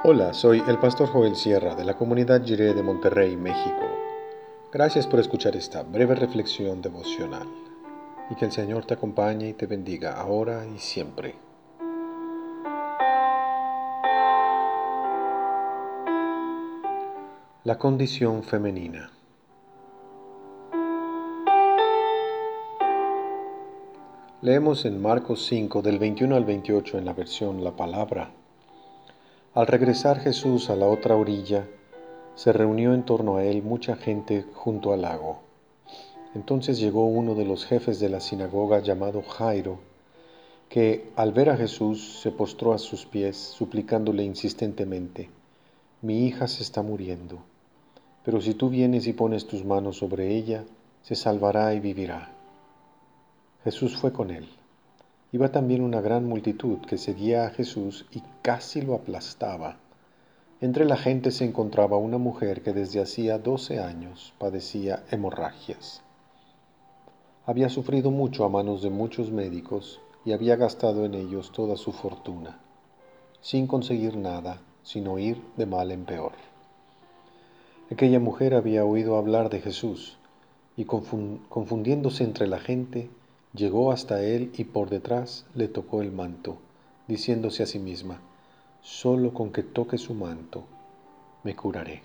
Hola, soy el pastor Joel Sierra de la comunidad Jiré de Monterrey, México. Gracias por escuchar esta breve reflexión devocional y que el Señor te acompañe y te bendiga ahora y siempre. La condición femenina. Leemos en Marcos 5 del 21 al 28 en la versión La Palabra. Al regresar Jesús a la otra orilla, se reunió en torno a él mucha gente junto al lago. Entonces llegó uno de los jefes de la sinagoga llamado Jairo, que al ver a Jesús se postró a sus pies, suplicándole insistentemente: Mi hija se está muriendo, pero si tú vienes y pones tus manos sobre ella, se salvará y vivirá. Jesús fue con él. Iba también una gran multitud que seguía a Jesús y casi lo aplastaba. Entre la gente se encontraba una mujer que desde hacía 12 años padecía hemorragias. Había sufrido mucho a manos de muchos médicos y había gastado en ellos toda su fortuna, sin conseguir nada, sino ir de mal en peor. Aquella mujer había oído hablar de Jesús y confundiéndose entre la gente, llegó hasta él y por detrás le tocó el manto, diciéndose a sí misma: Solo con que toque su manto, me curaré.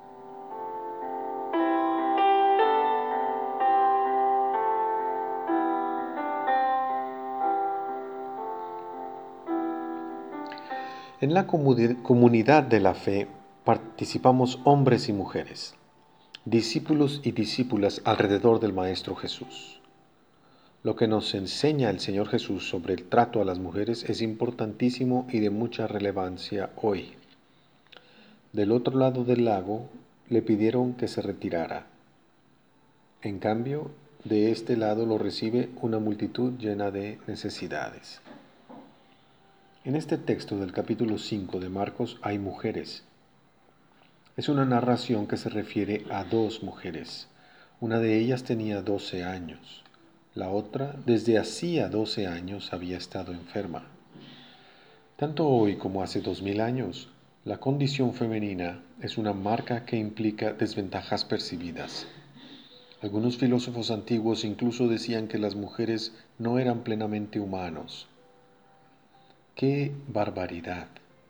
En la comunidad de la fe participamos hombres y mujeres, discípulos y discípulas alrededor del Maestro Jesús. Lo que nos enseña el Señor Jesús sobre el trato a las mujeres es importantísimo y de mucha relevancia hoy. Del otro lado del lago le pidieron que se retirara. En cambio, de este lado lo recibe una multitud llena de necesidades. En este texto del capítulo 5 de Marcos hay mujeres. Es una narración que se refiere a dos mujeres. Una de ellas tenía 12 años. La otra, desde hacía 12 años, había estado enferma. Tanto hoy como hace 2000 años, la condición femenina es una marca que implica desventajas percibidas. Algunos filósofos antiguos incluso decían que las mujeres no eran plenamente humanos. ¡Qué barbaridad!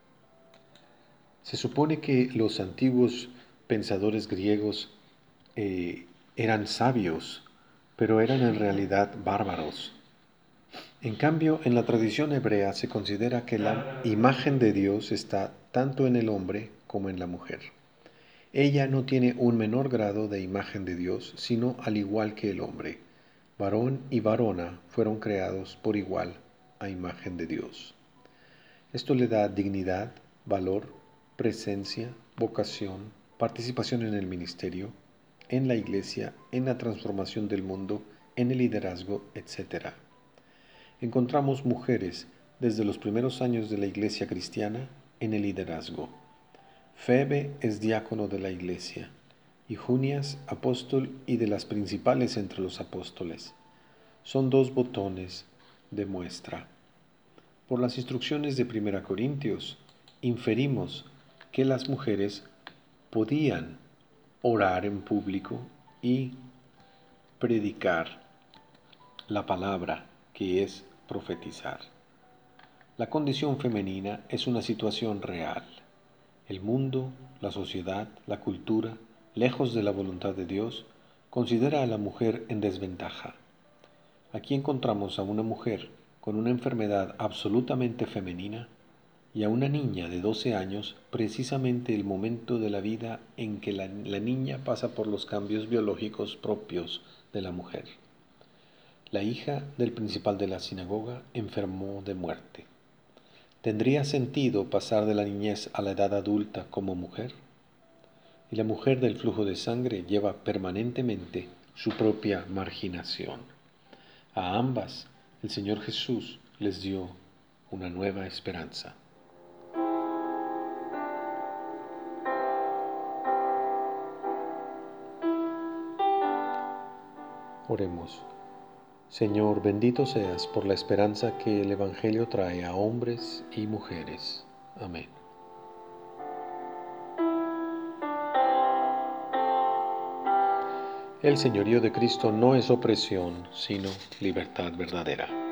Se supone que los antiguos pensadores griegos eran sabios, pero eran en realidad bárbaros. En cambio, en la tradición hebrea se considera que la imagen de Dios está tanto en el hombre como en la mujer. Ella no tiene un menor grado de imagen de Dios, sino al igual que el hombre. Varón y varona fueron creados por igual a imagen de Dios. Esto le da dignidad, valor, presencia, vocación, participación en el ministerio, en la iglesia, en la transformación del mundo, en el liderazgo, etc. Encontramos mujeres desde los primeros años de la iglesia cristiana en el liderazgo. Febe es diácono de la iglesia y Junias apóstol y de las principales entre los apóstoles. Son dos botones de muestra. Por las instrucciones de 1 Corintios, inferimos que las mujeres podían orar en público y predicar la palabra, que es profetizar. La condición femenina es una situación real. El mundo, la sociedad, la cultura, lejos de la voluntad de Dios, considera a la mujer en desventaja. Aquí encontramos a una mujer con una enfermedad absolutamente femenina y a una niña de 12 años, precisamente el momento de la vida en que la niña pasa por los cambios biológicos propios de la mujer. La hija del principal de la sinagoga enfermó de muerte. ¿Tendría sentido pasar de la niñez a la edad adulta como mujer? Y la mujer del flujo de sangre lleva permanentemente su propia marginación. A ambas el Señor Jesús les dio una nueva esperanza. Oremos. Señor, bendito seas por la esperanza que el Evangelio trae a hombres y mujeres. Amén. El señorío de Cristo no es opresión, sino libertad verdadera.